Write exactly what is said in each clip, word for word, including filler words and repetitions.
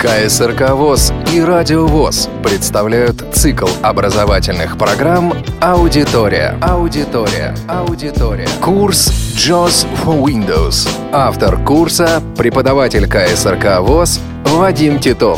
ка эс эр ка ВОС и Радио ВОС представляют цикл образовательных программ «Аудитория». Аудитория. Аудитория. Курс джоус for Windows. Автор курса – преподаватель ка эс эр ка ВОС Вадим Титов.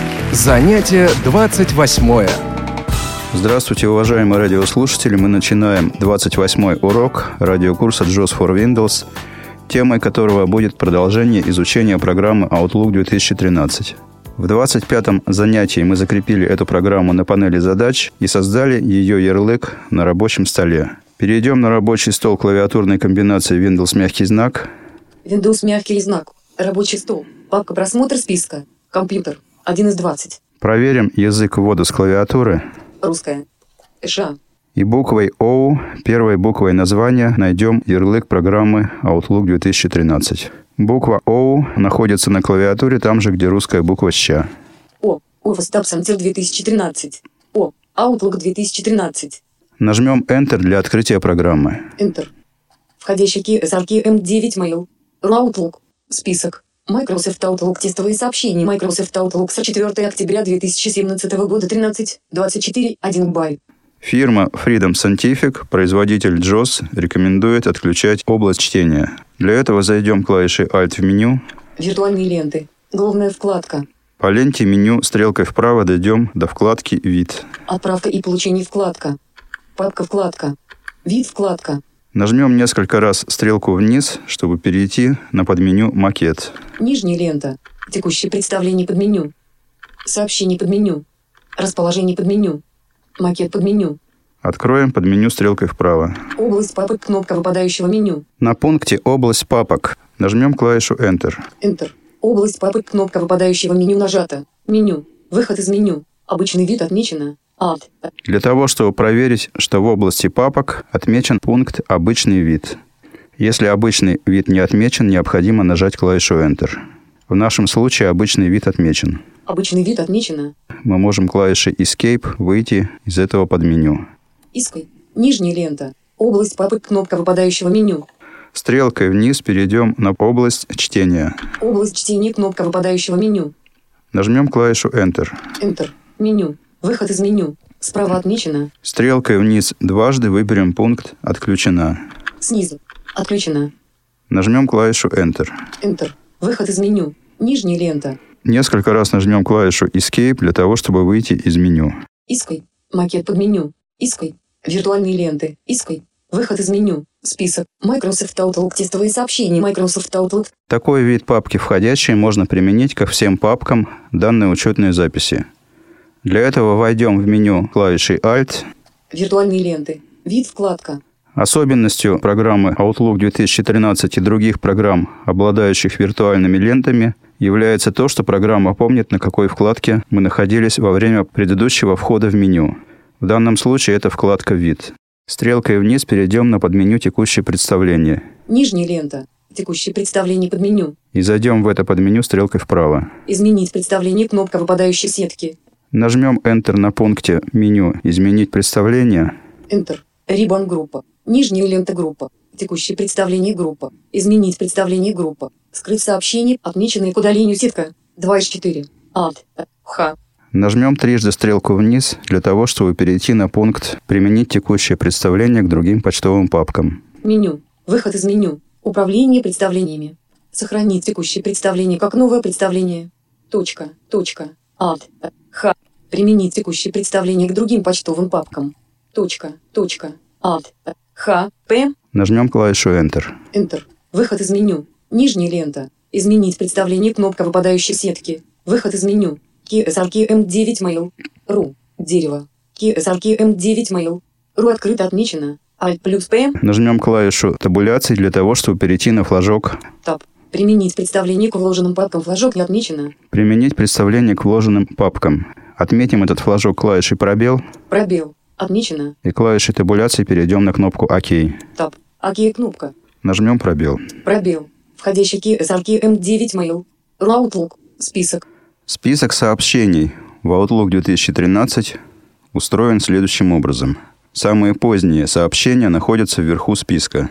Занятие двадцать восьмое. Здравствуйте, уважаемые радиослушатели. Мы начинаем двадцать восьмой урок радиокурса джоус for Windows, темой которого будет продолжение изучения программы Outlook две тысячи тринадцать. В двадцать пятом занятии мы закрепили эту программу на панели задач и создали ее ярлык на рабочем столе. Перейдем на рабочий стол клавиатурной комбинации Windows мягкий знак. Windows мягкий знак. Рабочий стол. Папка просмотр списка. Компьютер. один из двадцати. Проверим язык ввода с клавиатуры. Русская. ША. И буквой О, первой буквой названия, найдем ярлык программы Outlook две тысячи тринадцать. Буква О находится на клавиатуре там же, где русская буква Щ. О. Office Tab Center две тысячи тринадцать. О. Outlook две тысячи тринадцать. Нажмем Enter для открытия программы. Enter. Входящий ки эс ар ки эм девять Mail. Outlook. Список. Microsoft Outlook. Тестовые сообщения. Microsoft Outlook с четвёртого октября две тысячи семнадцатого года. тринадцать двадцать четыре один байт. Фирма Freedom Scientific, производитель джоус, рекомендует отключать область чтения. Для этого зайдем клавишей Alt в меню. Виртуальные ленты. Главная вкладка. По ленте меню стрелкой вправо дойдем до вкладки «Вид». Отправка и получение вкладка. Папка вкладка. Вид вкладка. Нажмем несколько раз стрелку вниз, чтобы перейти на подменю «Макет». Нижняя лента. Текущее представление под меню. Сообщение под меню. Расположение под меню. Макет под меню. Откроем подменю стрелкой вправо. Область папок, кнопка выпадающего меню. На пункте «Область папок» нажмем клавишу Enter. Enter. Область папок, кнопка выпадающего меню нажата. Меню. Выход из меню. Обычный вид отмечено. Alt. Для того, чтобы проверить, что в области папок отмечен пункт «Обычный вид». Если обычный вид не отмечен, необходимо нажать клавишу Enter. В нашем случае обычный вид отмечен. Обычный вид отмечено. Мы можем клавишей Escape выйти из этого подменю. Escape. Нижняя лента. Область папок, кнопка выпадающего меню. Стрелкой вниз перейдем на область чтения. Область чтения, кнопка выпадающего меню. Нажмем клавишу Enter. Enter. Меню. Выход из меню. Справа отмечено. Стрелкой вниз дважды выберем пункт «Отключена». Снизу. Отключена. Нажмем клавишу Enter. Enter. Выход из меню. Нижняя лента. Несколько раз нажмем клавишу Escape для того, чтобы выйти из меню. Escape. Макет под меню. Escape. Виртуальные ленты. Escape. Выход из меню. Список. Microsoft Outlook. Тестовые сообщения. Microsoft Outlook. Такой вид папки «Входящие» можно применить ко всем папкам данной учетной записи. Для этого войдем в меню клавишей Alt. Виртуальные ленты. Вид вкладка. Особенностью программы Outlook две тысячи тринадцать и других программ, обладающих виртуальными лентами, является то, что программа помнит, на какой вкладке мы находились во время предыдущего входа в меню. В данном случае это вкладка «Вид». Стрелкой вниз перейдем на подменю «Текущее представление». Нижняя лента. Текущее представление под меню. И зайдем в это подменю стрелкой вправо. Изменить представление, кнопка выпадающей сетки. Нажмем Enter на пункте меню «Изменить представление». Enter. Ribbon группа. Нижняя лента группа. Текущее представление группа. Изменить представление группа. Скрыть сообщение, отмеченное к удалению сетка. два из четыре. Alt. Х. Нажмем трижды стрелку вниз для того, чтобы перейти на пункт «Применить текущее представление к другим почтовым папкам». Меню. Выход из меню. Управление представлениями. Сохранить текущее представление как новое представление. Точка. Точка. Alt. Х. Применить текущее представление к другим почтовым папкам. Точка. Точка. Alt. Х. П. Нажмем клавишу Enter. Enter. Выход из меню. Нижняя лента. Изменить представление, кнопка выпадающей сетки. Выход из меню. ки эс ар ки эм девять Mail. Ру. Дерево. ки эс ар ки эм девять Mail. Ру открыто отмечено. Alt плюс П. Нажмем клавишу табуляции для того, чтобы перейти на флажок Таб. Применить представление к вложенным папкам. Флажок не отмечено. Применить представление к вложенным папкам. Отметим этот флажок клавишей пробел. Пробел. Отмечено. И клавишей табуляции перейдем на кнопку ОК. Таб. ОК кнопка. Нажмем пробел. Пробел. Входящий ки эс ар ки эм девять Mail. Outlook. Список. Список сообщений в Outlook две тысячи тринадцать устроен следующим образом. Самые поздние сообщения находятся вверху списка.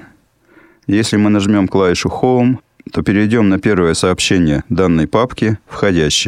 Если мы нажмем клавишу Home, то перейдем на первое сообщение данной папки «Входящие».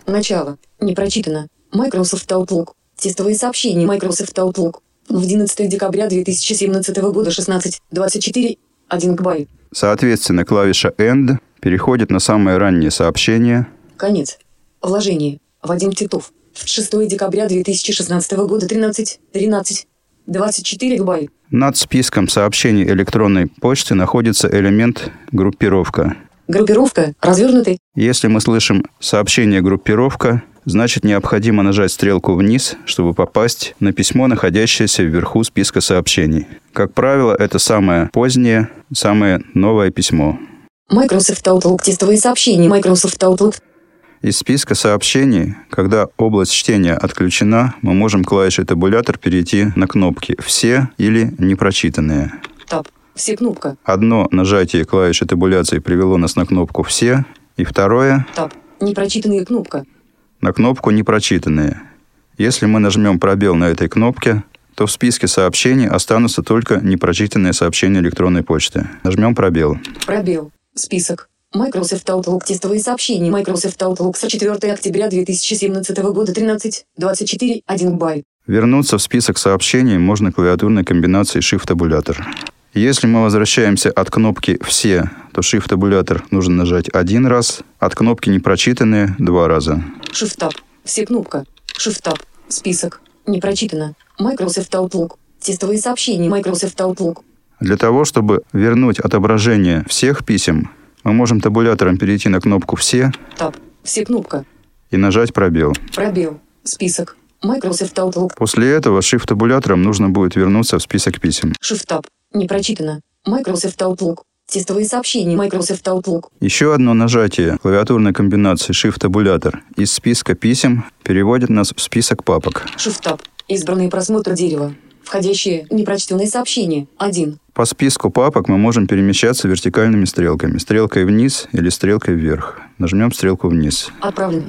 Начало. Не прочитано. Microsoft Outlook. Тестовые сообщения Microsoft Outlook. В одиннадцатое декабря две тысячи семнадцатого года шестнадцать двадцать четыре один гигабайт. Соответственно, клавиша End переходит на самые ранние сообщения. Конец. Вложение. Вадим Титов. шестое декабря две тысячи шестнадцатого года тринадцать тринадцать двадцать четыре гигабайт. Над списком сообщений электронной почты находится элемент «Группировка». Группировка. Развернутый. Если мы слышим сообщение «Группировка», значит необходимо нажать стрелку вниз, чтобы попасть на письмо, находящееся вверху списка сообщений. Как правило, это самое позднее, самое новое письмо. Microsoft Outlook. Тестовые сообщения Microsoft Outlook. Из списка сообщений, когда область чтения отключена, мы можем клавишей табулятор перейти на кнопки «Все» или «Непрочитанные». Таб. Все кнопка. Одно нажатие клавиши табуляции привело нас на кнопку «Все», и второе Таб. Непрочитанные кнопка. на кнопку «Непрочитанные». Если мы нажмем пробел на этой кнопке, то в списке сообщений останутся только непрочитанные сообщения электронной почты. Нажмем пробел. Пробел. Список. Microsoft Outlook. Тестовые сообщения Microsoft Outlook с четвёртого октября две тысячи семнадцатого года тринадцать двадцать четыре один гигабайт. Вернуться в список сообщений можно клавиатурной комбинацией Shift-табулятор. Если мы возвращаемся от кнопки «Все», то Shift-табулятор нужно нажать один раз, от кнопки «Непрочитанные» два раза. Shift-таб. Все кнопка. Shift-таб. Список. Не прочитано. Microsoft Outlook. Тестовые сообщения Microsoft Outlook. Для того, чтобы вернуть отображение всех писем, мы можем табулятором перейти на кнопку «Все» Таб. Все кнопка. и нажать пробел. Пробел. Список. Microsoft Outlook. После этого Shift-табулятором нужно будет вернуться в список писем. Shift-таб. Не прочитано. Microsoft Outlook. Тестовые сообщения Microsoft Outlook. Еще одно нажатие клавиатурной комбинации Shift-табулятор из списка писем переводит нас в список папок. Shift-таб. Избранный просмотр дерева. Входящие непрочтенные сообщения. один. По списку папок мы можем перемещаться вертикальными стрелками. Стрелкой вниз или стрелкой вверх. Нажмем стрелку вниз. Отправленный.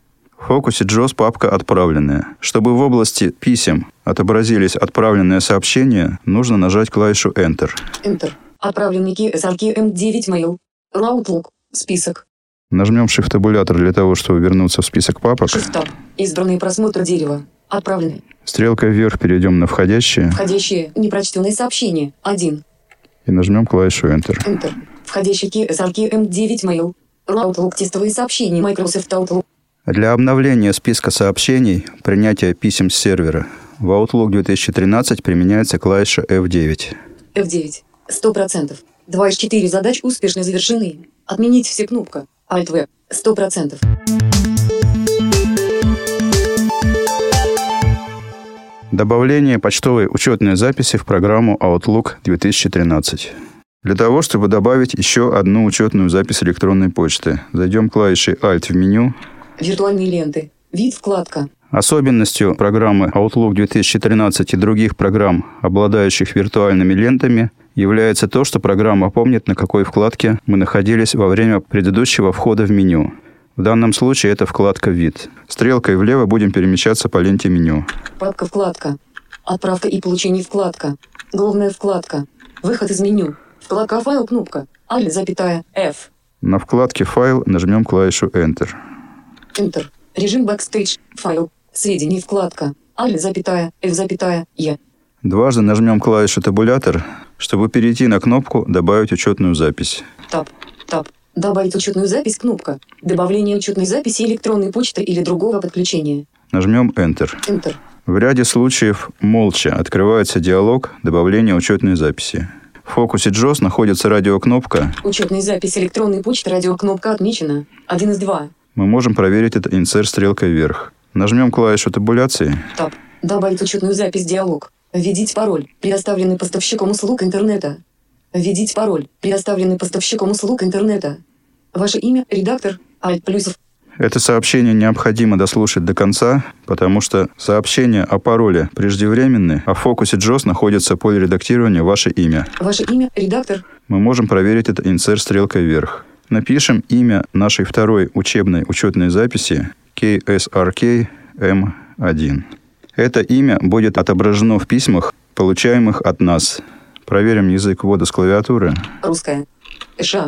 В фокусе джоус папка «Отправленные». Чтобы в области писем отобразились отправленные сообщения, нужно нажать клавишу Enter. Enter. Отправленный ки эс ар ки эм девять Mail. Outlook. Список. Нажмем Shift-табулятор для того, чтобы вернуться в список папок. Shift-таб. Избранный просмотр дерева. Отправленный. Стрелкой вверх перейдем на входящие Входящие непрочтенные сообщения. один. и нажмем клавишу Enter. Enter. Входящий ки эс ар ки эм девять Mail. Outlook. Тестовые сообщения Microsoft Outlook. Для обновления списка сообщений, принятия писем с сервера, в Outlook две тысячи тринадцать применяется клавиша эф девять. эф девять. сто процентов. два из четырех задач успешно завершены. Отменить все кнопка. Alt-V. сто процентов. Добавление почтовой учетной записи в программу Outlook две тысячи тринадцать. Для того, чтобы добавить еще одну учетную запись электронной почты, зайдем клавишей Alt в меню. Виртуальные ленты. Вид вкладка. Особенностью программы Outlook две тысячи тринадцать и других программ, обладающих виртуальными лентами, является то, что программа помнит, на какой вкладке мы находились во время предыдущего входа в меню. В данном случае это вкладка «Вид». Стрелкой влево будем перемещаться по ленте меню. Папка вкладка. Отправка и получение вкладка. Главная вкладка. Выход из меню. Вкладка «Файл» кнопка. Alt, запятая, F. На вкладке «Файл» нажмем клавишу Enter. Enter. Режим Backstage. Файл. Сведения вкладка. Alt, запятая, F, запятая, E. Дважды нажмем клавишу «Табулятор», чтобы перейти на кнопку «Добавить учетную запись». Таб. Таб. Добавить учетную запись кнопка. Добавление учетной записи электронной почты или другого подключения. Нажмем Enter. Enter. В ряде случаев молча открывается диалог добавления учетной записи. В фокусе джоус находится радиокнопка. Учетная запись электронной почты радиокнопка отмечена. один из двух. Мы можем проверить это инсерт стрелкой вверх. Нажмем клавишу табуляции. Таб. Добавить учетную запись диалог. Введите пароль, предоставленный поставщиком услуг интернета. Введите пароль, предоставленный поставщиком услуг интернета. Ваше имя, редактор, Alt плюсов. Это сообщение необходимо дослушать до конца, потому что сообщения о пароле преждевременны, а в фокусе джоус находится поле редактирования «Ваше имя». Ваше имя, редактор. Мы можем проверить это инсерт стрелкой вверх. Напишем имя нашей второй учебной учетной записи кей эс ар кей эм один. Это имя будет отображено в письмах, получаемых от нас. Проверим язык ввода с клавиатуры. Русская. ША.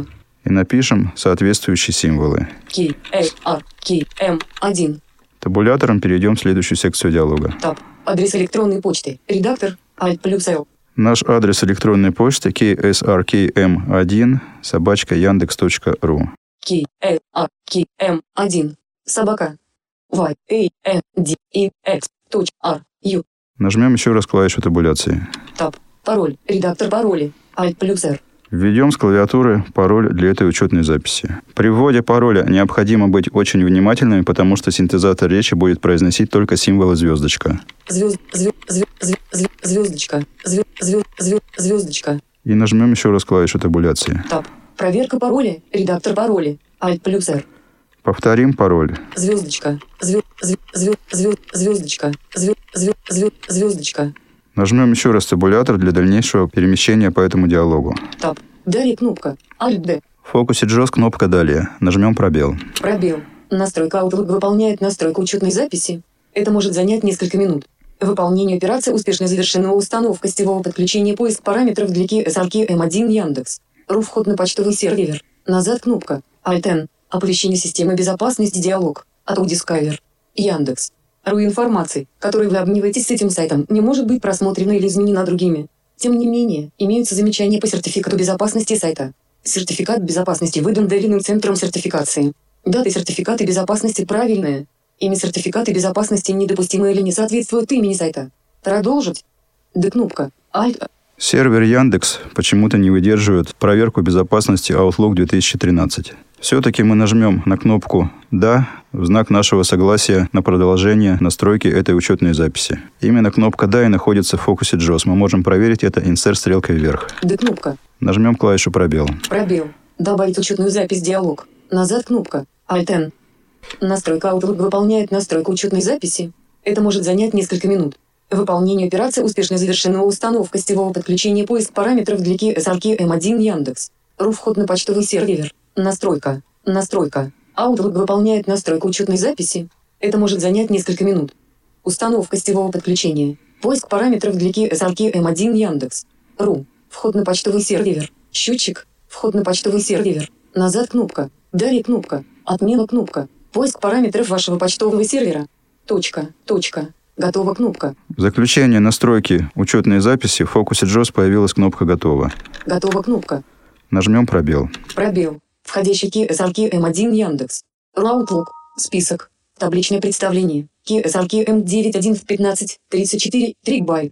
и напишем соответствующие символы. K, S, R, K, M, один. Табулятором перейдем в следующую секцию диалога. Таб. Адрес электронной почты. Редактор. Alt плюс L. Наш адрес электронной почты кей эс ар кей эм один собачка яндекс точка ру. K, S, R, K, M, один. Собака. Y, A, N, D, E, X, R, U. Нажмем еще раз клавишу табуляции. Таб. Пароль. Редактор пароля. Alt плюс R. Введем с клавиатуры пароль для этой учетной записи. При вводе пароля необходимо быть очень внимательными, потому что синтезатор речи будет произносить только символы звездочка. Звезд, звезд, звезд, звезд, звездочка. Звезд, звезд, звезд, звездочка. И нажмем еще раз клавишу табуляции. Таб. Проверка пароля. Редактор пароля. Alt плюс R. Повторим пароль. Звездочка. Звезд, звезд, звезд, звезд, звездочка. Звезд, звезд, звезд, звездочка. Нажмем еще раз табулятор для дальнейшего перемещения по этому диалогу. Таб. Далее кнопка. Alt-D. В фокусе джос кнопка «Далее». Нажмем пробел. Пробел. Настройка Outlook выполняет настройку учетной записи. Это может занять несколько минут. Выполнение операции успешно завершено. Установка сетевого подключения, поиск параметров для кей эс ар кей эм один Яндекс. РУ вход на почтовый сервер. Назад кнопка. Alt-N. Оповещение системы безопасности диалог. От Discover. Яндекс. РУ информации, которой вы обмениваетесь с этим сайтом, не может быть просмотрена или изменена другими. Тем не менее, имеются замечания по сертификату безопасности сайта. Сертификат безопасности выдан доверенным центром сертификации. Дата сертификата безопасности правильная. Имя сертификата безопасности недопустимо или не соответствует имени сайта. Продолжить. Д кнопка. Alt. Сервер Яндекс почему-то не выдерживает проверку безопасности Outlook две тысячи тринадцать. Все-таки мы нажмем на кнопку «Да» в знак нашего согласия на продолжение настройки этой учетной записи. Именно кнопка «Да» и находится в фокусе джос. Мы можем проверить это insert стрелкой вверх. Д кнопка. Нажмем клавишу «Пробел». Пробел. Добавить учетную запись диалог. Назад кнопка. Alt-N. Настройка Outlook выполняет настройку учетной записи. Это может занять несколько минут. Выполнение операции успешно завершено. Установка сетевого подключения, поиск параметров для кей эс ар кей эм один Яндекс. РУ вход на почтовый сервер. Настройка. Настройка. Outlook выполняет настройку учетной записи. Это может занять несколько минут. Установка сетевого подключения. Поиск параметров для кей эс ар кей эм один Яндекс. РУ. Вход на почтовый сервер. Счетчик. Вход на почтовый сервер. Назад кнопка. Далее кнопка. Отмена кнопка. Поиск параметров вашего почтового сервера. Точка. Точка. Готова кнопка. В заключение настройки учетной записи в фокусе джос появилась кнопка «Готово». Готова кнопка. Нажмем пробел. Пробел. Входящий кей эс ар кей эм один Яндекс. Outlook. Список. Табличное представление. кей эс ар кей эм девять один в пятнадцать тридцать четыре три байт.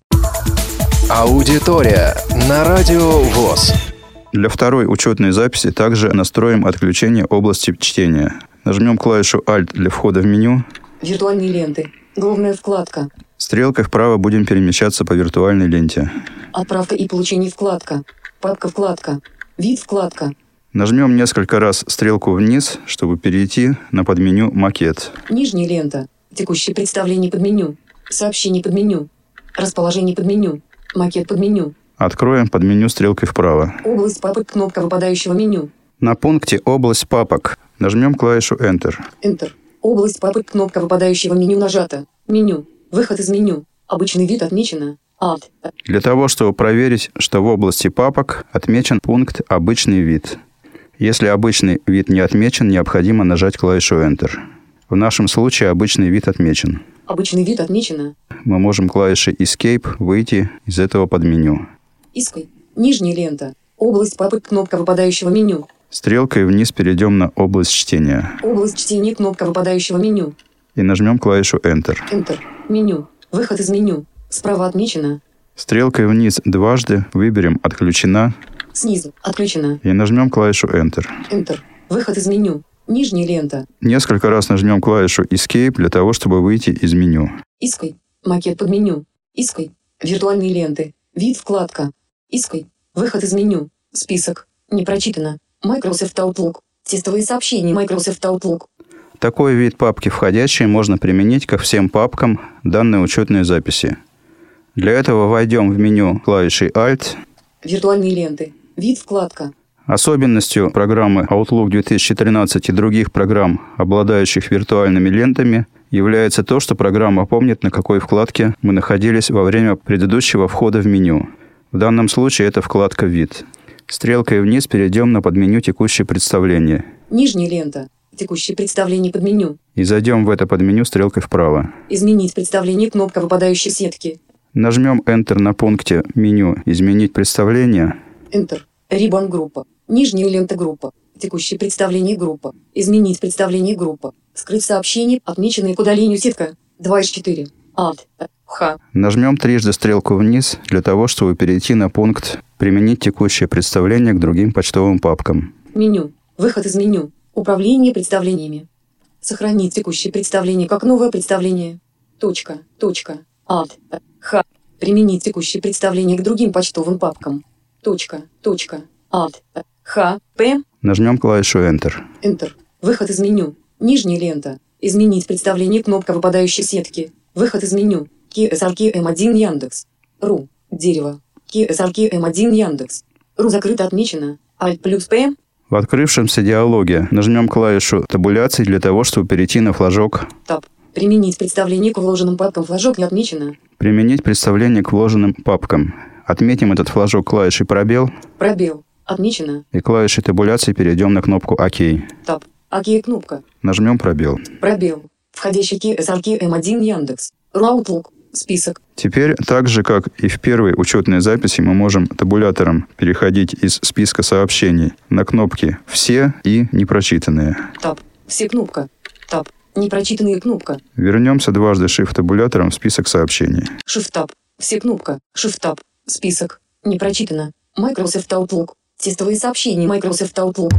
Аудитория на Радио ВОС. Для второй учетной записи также настроим отключение области чтения. Нажмем клавишу «Alt» для входа в меню. Виртуальные ленты. Главная вкладка. Стрелкой вправо будем перемещаться по виртуальной ленте. Отправка и получение вкладка. Папка вкладка. Вид вкладка. Нажмем несколько раз стрелку вниз, чтобы перейти на подменю «Макет». Нижняя лента. Текущее представление под меню. Сообщение под меню. Расположение под меню. Макет под меню. Откроем подменю стрелкой вправо. Область папок. Кнопка выпадающего меню. На пункте «Область папок» нажмем клавишу «Enter». Enter. Область папок. Кнопка выпадающего меню нажата. Меню. Выход из меню. Обычный вид отмечено. Alt. Для того, чтобы проверить, что в области папок отмечен пункт «Обычный вид». Если обычный вид не отмечен, необходимо нажать клавишу Enter. В нашем случае обычный вид отмечен. Обычный вид отмечено. Мы можем клавишей Escape выйти из этого подменю. Искай. Нижняя лента. Область папок. Кнопка выпадающего меню. Стрелкой вниз перейдем на область чтения. Область чтения. Кнопка выпадающего меню. И нажмем клавишу Enter. Enter. Меню. Выход из меню. Справа отмечено. Стрелкой вниз дважды выберем «Отключена». Снизу. Отключено. И нажмем клавишу Enter. Enter. Выход из меню. Нижняя лента. Несколько раз нажмем клавишу Escape для того, чтобы выйти из меню. Искай. Макет под меню. Искай. Виртуальные ленты. Вид вкладка. Искай. Выход из меню. Список. Не прочитано. Microsoft Outlook. Тестовые сообщения Microsoft Outlook. Такой вид папки «Входящие» можно применить ко всем папкам данной учетной записи. Для этого войдем в меню клавишей Alt. Виртуальные ленты. Вид вкладка. Особенностью программы Outlook две тысячи тринадцать и других программ, обладающих виртуальными лентами, является то, что программа помнит, на какой вкладке мы находились во время предыдущего входа в меню. В данном случае это вкладка «Вид». Стрелкой вниз перейдем на подменю «Текущее представление». Нижняя лента. Текущее представление под меню. И зайдем в это подменю стрелкой вправо. Изменить представление, кнопка выпадающей сетки. Нажмем Enter на пункте меню «Изменить представление». Enter. Ribbon группа. Нижняя лента группа. Текущее представление группа. Изменить представление группа. Скрыть сообщение, отмеченное к удалению сетка. два из четыре. Alt. Х. Нажмем трижды стрелку вниз для того, чтобы перейти на пункт «Применить текущее представление к другим почтовым папкам». Меню. Выход из меню. Управление представлениями. Сохранить текущее представление как новое представление. Точка. Точка. Alt. Х. Применить текущее представление к другим почтовым папкам. Точка. Точка. Alt. Х. П. Нажмем клавишу Enter. Enter. Выход из меню. Нижняя лента. Изменить представление, кнопка выпадающей сетки. Выход из меню. ки эс ар кей эм один Яндекс. Ру. Дерево. ки эс ар кей эм один Яндекс. Ру закрыто отмечено. Alt плюс П. В открывшемся диалоге нажмем клавишу табуляции для того, чтобы перейти на флажок Таб. Применить представление к вложенным папкам. Флажок не отмечено. «Применить представление к вложенным папкам». Отметим этот флажок клавишей «Пробел». Пробел. Отмечено. И клавишей табуляции перейдем на кнопку «Ок». Таб. ОК кнопка. Нажмем «Пробел». Пробел. Входящий ки эс ар кей эм один Яндекс. Outlook. Список. Теперь, так же, как и в первой учетной записи, мы можем табулятором переходить из списка сообщений на кнопки «Все» и «Непрочитанные». Таб. Все кнопка. Таб. Непрочитанные кнопка. Вернемся дважды Shift-табулятором в список сообщений. Shift-таб. Все кнопка. Shift-таб. Список. Не прочитано. Microsoft Outlook. Тестовые сообщения Microsoft Outlook.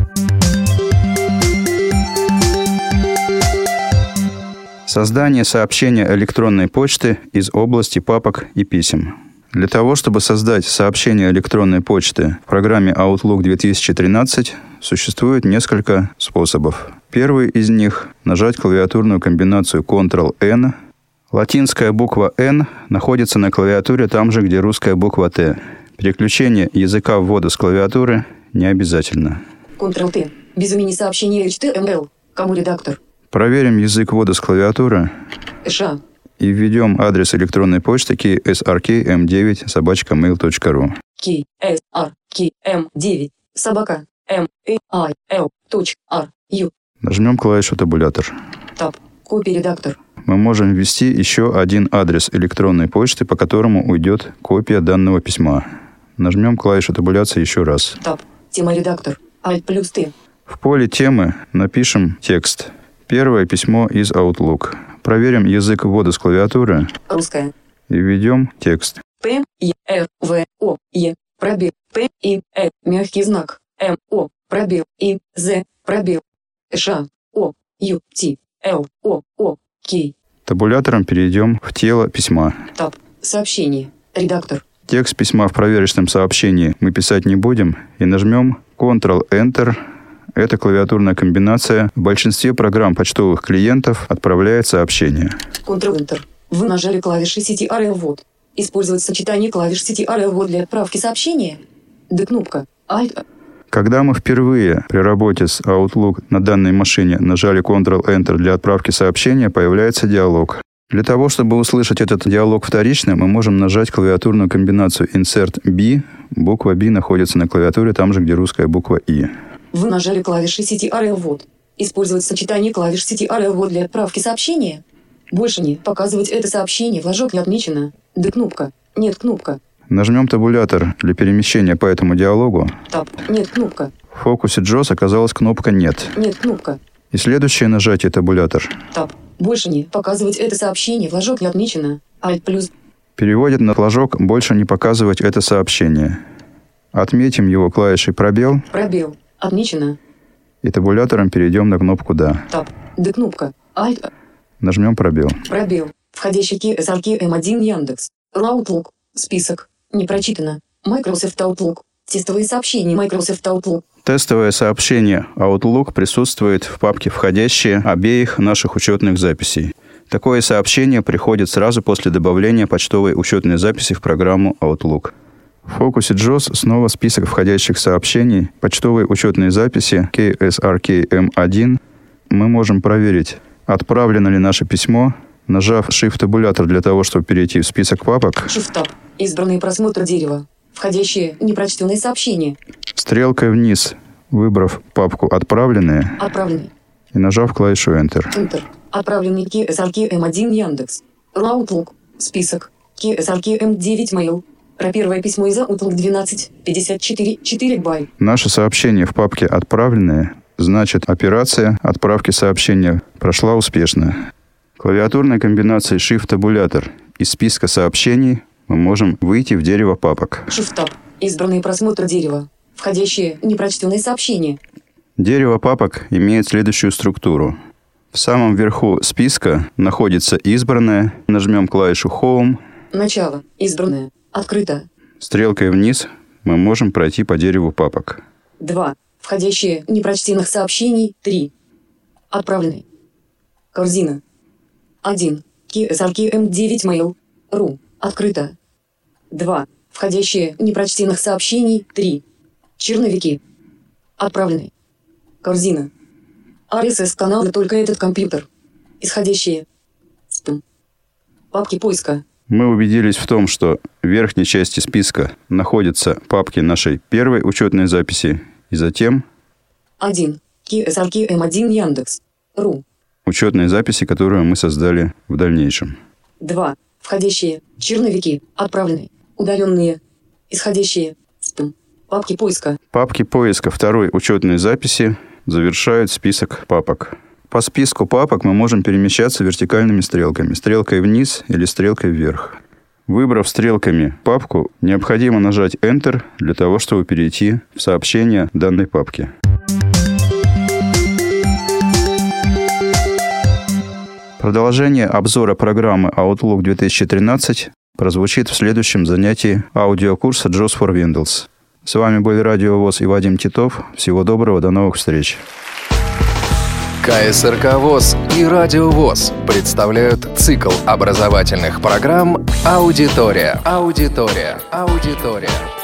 Создание сообщения электронной почты из области папок и писем. Для того, чтобы создать сообщение электронной почты в программе Outlook две тысячи тринадцать, существует несколько способов. Первый из них – нажать клавиатурную комбинацию контрол эн. Латинская буква «Н» находится на клавиатуре там же, где русская буква «Т». Переключение языка ввода с клавиатуры не обязательно. контрол Т. Без имени сообщения эйч ти эм эл. Кому редактор? Проверим язык ввода с клавиатуры ША. и введем адрес электронной почты кей эс ар кей эм девять собака мейл точка ру. кей эс ар кей эм девять собака эм ай эл точка ар ю. Нажмем клавишу табулятор. Таб. Копия редактор. Мы можем ввести еще один адрес электронной почты, по которому уйдет копия данного письма. Нажмем клавишу табуляции еще раз. Таб. Тема редактор. Alt плюс Т. В поле темы напишем текст. Первое письмо из Outlook. Проверим язык ввода с клавиатуры. Русская. И введем текст. П, Е, Р, В, О, Е, пробел, П, И, Э, мягкий знак, М, О, пробел, И, З, пробел, Ш, О, Ю, Т, Л, О, О, К. Табулятором перейдем в тело письма. Таб. Сообщение. Редактор. Текст письма в проверочном сообщении мы писать не будем и нажмем контрол enter. Эта клавиатурная комбинация в большинстве программ почтовых клиентов отправляет сообщение. контрол enter. Вы нажали клавиши си ти ар эл ввод. Использовать сочетание клавиш си ти ар эл ввод для отправки сообщения. Д кнопка. Alt. Когда мы впервые при работе с Outlook на данной машине нажали контрол enter для отправки сообщения, появляется диалог. Для того, чтобы услышать этот диалог вторично, мы можем нажать клавиатурную комбинацию Insert B. Буква B находится на клавиатуре там же, где русская буква И. Вы нажали клавиши си ти ар эл ввод. Использовать сочетание клавиш си ти ар эл ввод для отправки сообщения. Больше не показывать это сообщение. Флажок не отмечено. Д кнопка. Нет кнопка. Нажмем табулятор для перемещения по этому диалогу. Таб. Нет кнопка. В фокусе джос оказалась кнопка «Нет». Нет кнопка. И следующее нажатие табулятор Таб. Больше не показывать это сообщение. Флажок не отмечено. Alt плюс. переводит на флажок «Больше не показывать это сообщение». Отметим его клавишей «Пробел». Пробел. Отмечено. И табулятором перейдем на кнопку «Да». Таб. Д кнопка. Alt. Нажмем «Пробел». Пробел. Входящий ки эс ар кей эм один Яндекс. Outlook. Список. Не прочитано. Microsoft Outlook. Тестовые сообщения Microsoft Outlook. Тестовое сообщение Outlook присутствует в папке «Входящие» обеих наших учетных записей. Такое сообщение приходит сразу после добавления почтовой учетной записи в программу Outlook. В фокусе джос снова список входящих сообщений почтовой учетной записи кей эс ар кей эм один. Мы можем проверить, отправлено ли наше письмо, нажав Shift-табулятор для того, чтобы перейти в список папок. Shift-таб. Избранный просмотр дерева. Входящее непрочтенное сообщение. Стрелкой вниз, выбрав папку «Отправленные» Отправленный. и нажав клавишу Enter. Enter. Отправленный ки эс ар ки эм один Яндекс. Outlook. Список. ки эс ар ки эм девять Mail. Про первое письмо из Outlook двенадцать пятьдесят четыре четыре бай. Наше сообщение в папке «Отправленные» значит, операция отправки сообщения прошла успешно. Клавиатурной комбинацией Shift-табулятор из списка сообщений мы можем выйти в дерево папок. Shift-таб. Избранный просмотр дерева. Входящее непрочтенное сообщение. Дерево папок имеет следующую структуру. В самом верху списка находится избранное. Нажмем клавишу Home. Начало. Избранное. Открыто. Стрелкой вниз мы можем пройти по дереву папок. два. Входящее непрочтенных сообщений. три. Отправленный. Корзина. один. ки эс ар ки эм девять Mail. ру. Открыто. два. Входящее непрочтенных сообщений. три. Черновики. Отправленный. Корзина. ар эс эс-каналы только этот компьютер. Исходящие. Спам. Папки поиска. Мы убедились в том, что в верхней части списка находятся папки нашей первой учетной записи и затем один. ки эс ар ки эм один Яндекс. ру. учетные записи, которые мы создали в дальнейшем. два. Входящие. Черновики. Отправленные. Удаленные. Исходящие. Спам. Папки поиска. Папки поиска второй учетной записи завершают список папок. По списку папок мы можем перемещаться вертикальными стрелками, стрелкой вниз или стрелкой вверх. Выбрав стрелками папку, необходимо нажать Enter для того, чтобы перейти в сообщение данной папки. Продолжение обзора программы Outlook две тысячи тринадцать прозвучит в следующем занятии аудиокурса джос for Windows. С вами были Радио ВОС и Вадим Титов. Всего доброго, до новых встреч. ка эс эр ка ВОС и Радио ВОС представляют цикл образовательных программ «Аудитория». Аудитория. Аудитория.